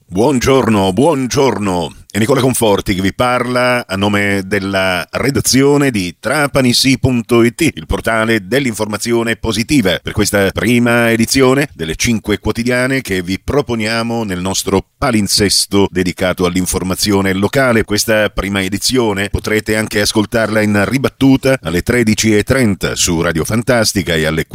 Buongiorno. È Nicola Conforti che vi parla a nome della redazione di Trapanisi.it, il portale dell'informazione positiva, per questa prima edizione delle 5 quotidiane che vi proponiamo nel nostro palinsesto dedicato all'informazione locale. Questa prima edizione potrete anche ascoltarla in ribattuta alle 13:30 su Radio Fantastica e alle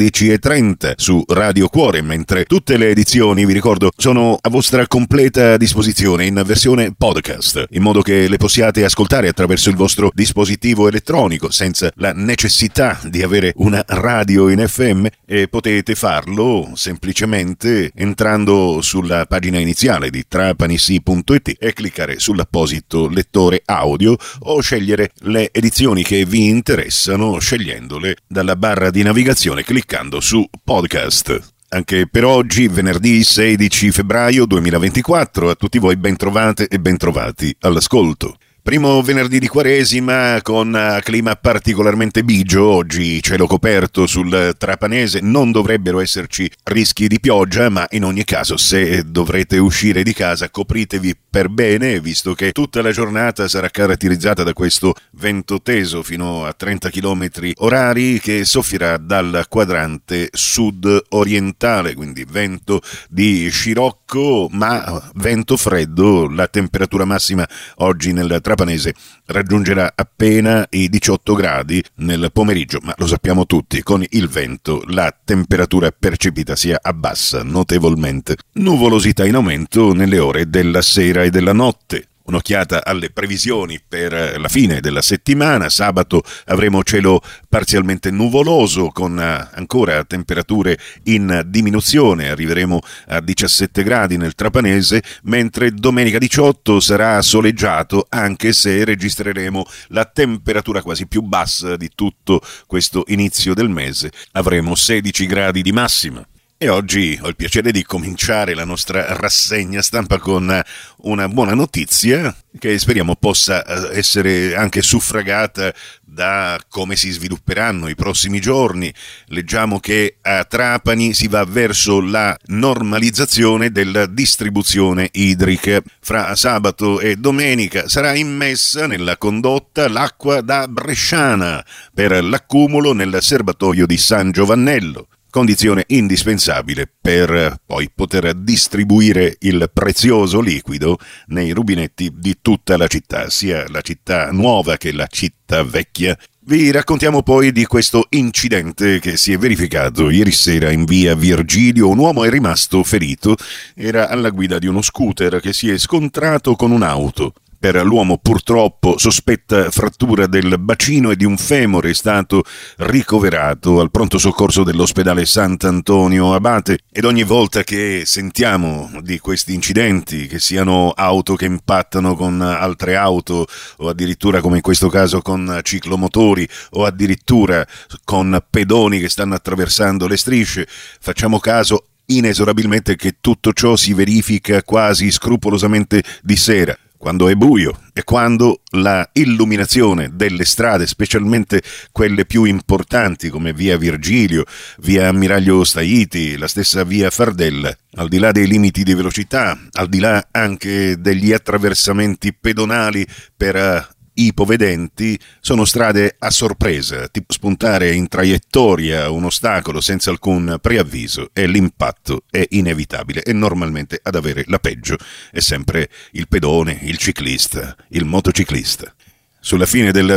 14:30 su Radio Cuore, mentre tutte le edizioni, vi ricordo, sono a vostra completa disposizione in versione podcast, in modo che le possiate ascoltare attraverso il vostro dispositivo elettronico senza la necessità di avere una radio in FM, e potete farlo semplicemente entrando sulla pagina iniziale di Trapanisi.it e cliccare sull'apposito lettore audio o scegliere le edizioni che vi interessano scegliendole dalla barra di navigazione cliccando su podcast. Anche per oggi, venerdì 16 febbraio 2024, a tutti voi bentrovate e bentrovati all'ascolto. Primo venerdì di Quaresima con clima particolarmente bigio, oggi cielo coperto sul trapanese, non dovrebbero esserci rischi di pioggia, ma in ogni caso se dovrete uscire di casa copritevi per bene, visto che tutta la giornata sarà caratterizzata da questo vento teso fino a 30 km orari che soffierà dal quadrante sud-orientale, quindi vento di scirocco ma vento freddo. La temperatura massima oggi nel trapanese raggiungerà appena i 18 gradi nel pomeriggio, ma lo sappiamo tutti, con il vento la temperatura percepita si abbassa notevolmente. Nuvolosità in aumento nelle ore della sera e della notte. Un'occhiata alle previsioni per la fine della settimana. Sabato avremo cielo parzialmente nuvoloso con ancora temperature in diminuzione, arriveremo a 17 gradi nel trapanese, mentre domenica 18 sarà soleggiato, anche se registreremo la temperatura quasi più bassa di tutto questo inizio del mese, avremo 16 gradi di massima. E oggi ho il piacere di cominciare la nostra rassegna stampa con una buona notizia che speriamo possa essere anche suffragata da come si svilupperanno i prossimi giorni. Leggiamo che a Trapani si va verso la normalizzazione della distribuzione idrica. Fra sabato e domenica sarà immessa nella condotta l'acqua da Bresciana per l'accumulo nel serbatoio di San Giovannello. Condizione indispensabile per poi poter distribuire il prezioso liquido nei rubinetti di tutta la città, sia la città nuova che la città vecchia. Vi raccontiamo poi di questo incidente che si è verificato ieri sera in via Virgilio. Un uomo è rimasto ferito, era alla guida di uno scooter che si è scontrato con un'auto. Per l'uomo purtroppo sospetta frattura del bacino e di un femore, è stato ricoverato al pronto soccorso dell'ospedale Sant'Antonio Abate, ed ogni volta che sentiamo di questi incidenti, che siano auto che impattano con altre auto o addirittura come in questo caso con ciclomotori o addirittura con pedoni che stanno attraversando le strisce, facciamo caso inesorabilmente che tutto ciò si verifica quasi scrupolosamente di sera, quando è buio e quando la illuminazione delle strade, specialmente quelle più importanti come via Virgilio, via Ammiraglio Staiti, la stessa via Fardella, al di là dei limiti di velocità, al di là anche degli attraversamenti pedonali per ipovedenti, sono strade a sorpresa, tipo spuntare in traiettoria un ostacolo senza alcun preavviso, e l'impatto è inevitabile, e normalmente ad avere la peggio è sempre il pedone, il ciclista, il motociclista. Sulla fine del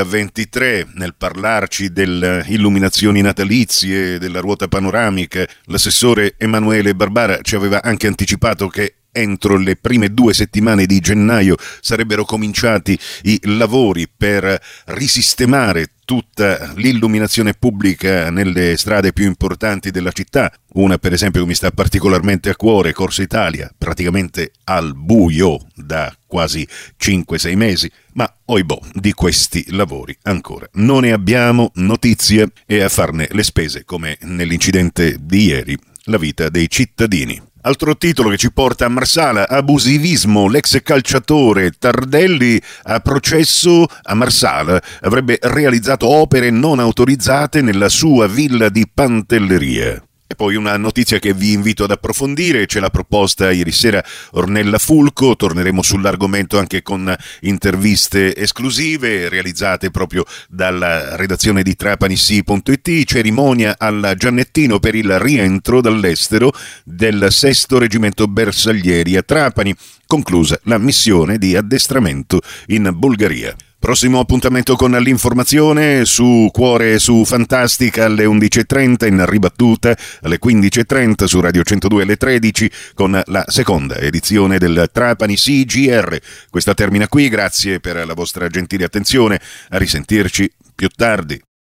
2023, nel parlarci delle illuminazioni natalizie, della ruota panoramica, l'assessore Emanuele Barbara ci aveva anche anticipato che entro le prime 2 settimane di gennaio sarebbero cominciati i lavori per risistemare tutta l'illuminazione pubblica nelle strade più importanti della città. Una, per esempio, che mi sta particolarmente a cuore, Corso Italia, praticamente al buio da quasi 5-6 mesi, ma oibò, di questi lavori ancora non ne abbiamo notizie, e a farne le spese, come nell'incidente di ieri, la vita dei cittadini. Altro titolo che ci porta a Marsala: abusivismo, l'ex calciatore Tardelli a processo a Marsala, avrebbe realizzato opere non autorizzate nella sua villa di Pantelleria. E poi una notizia che vi invito ad approfondire, ce l'ha proposta ieri sera Ornella Fulco, torneremo sull'argomento anche con interviste esclusive realizzate proprio dalla redazione di trapanisi.it, cerimonia al Giannettino per il rientro dall'estero del 6° Reggimento Bersaglieri a Trapani, conclusa la missione di addestramento in Bulgaria. Prossimo appuntamento con l'informazione su Cuore e su Fantastica alle 11.30, in ribattuta alle 15.30 su Radio 102 alle 13 con la seconda edizione del Trapani CGR. Questa termina qui, grazie per la vostra gentile attenzione, a risentirci più tardi.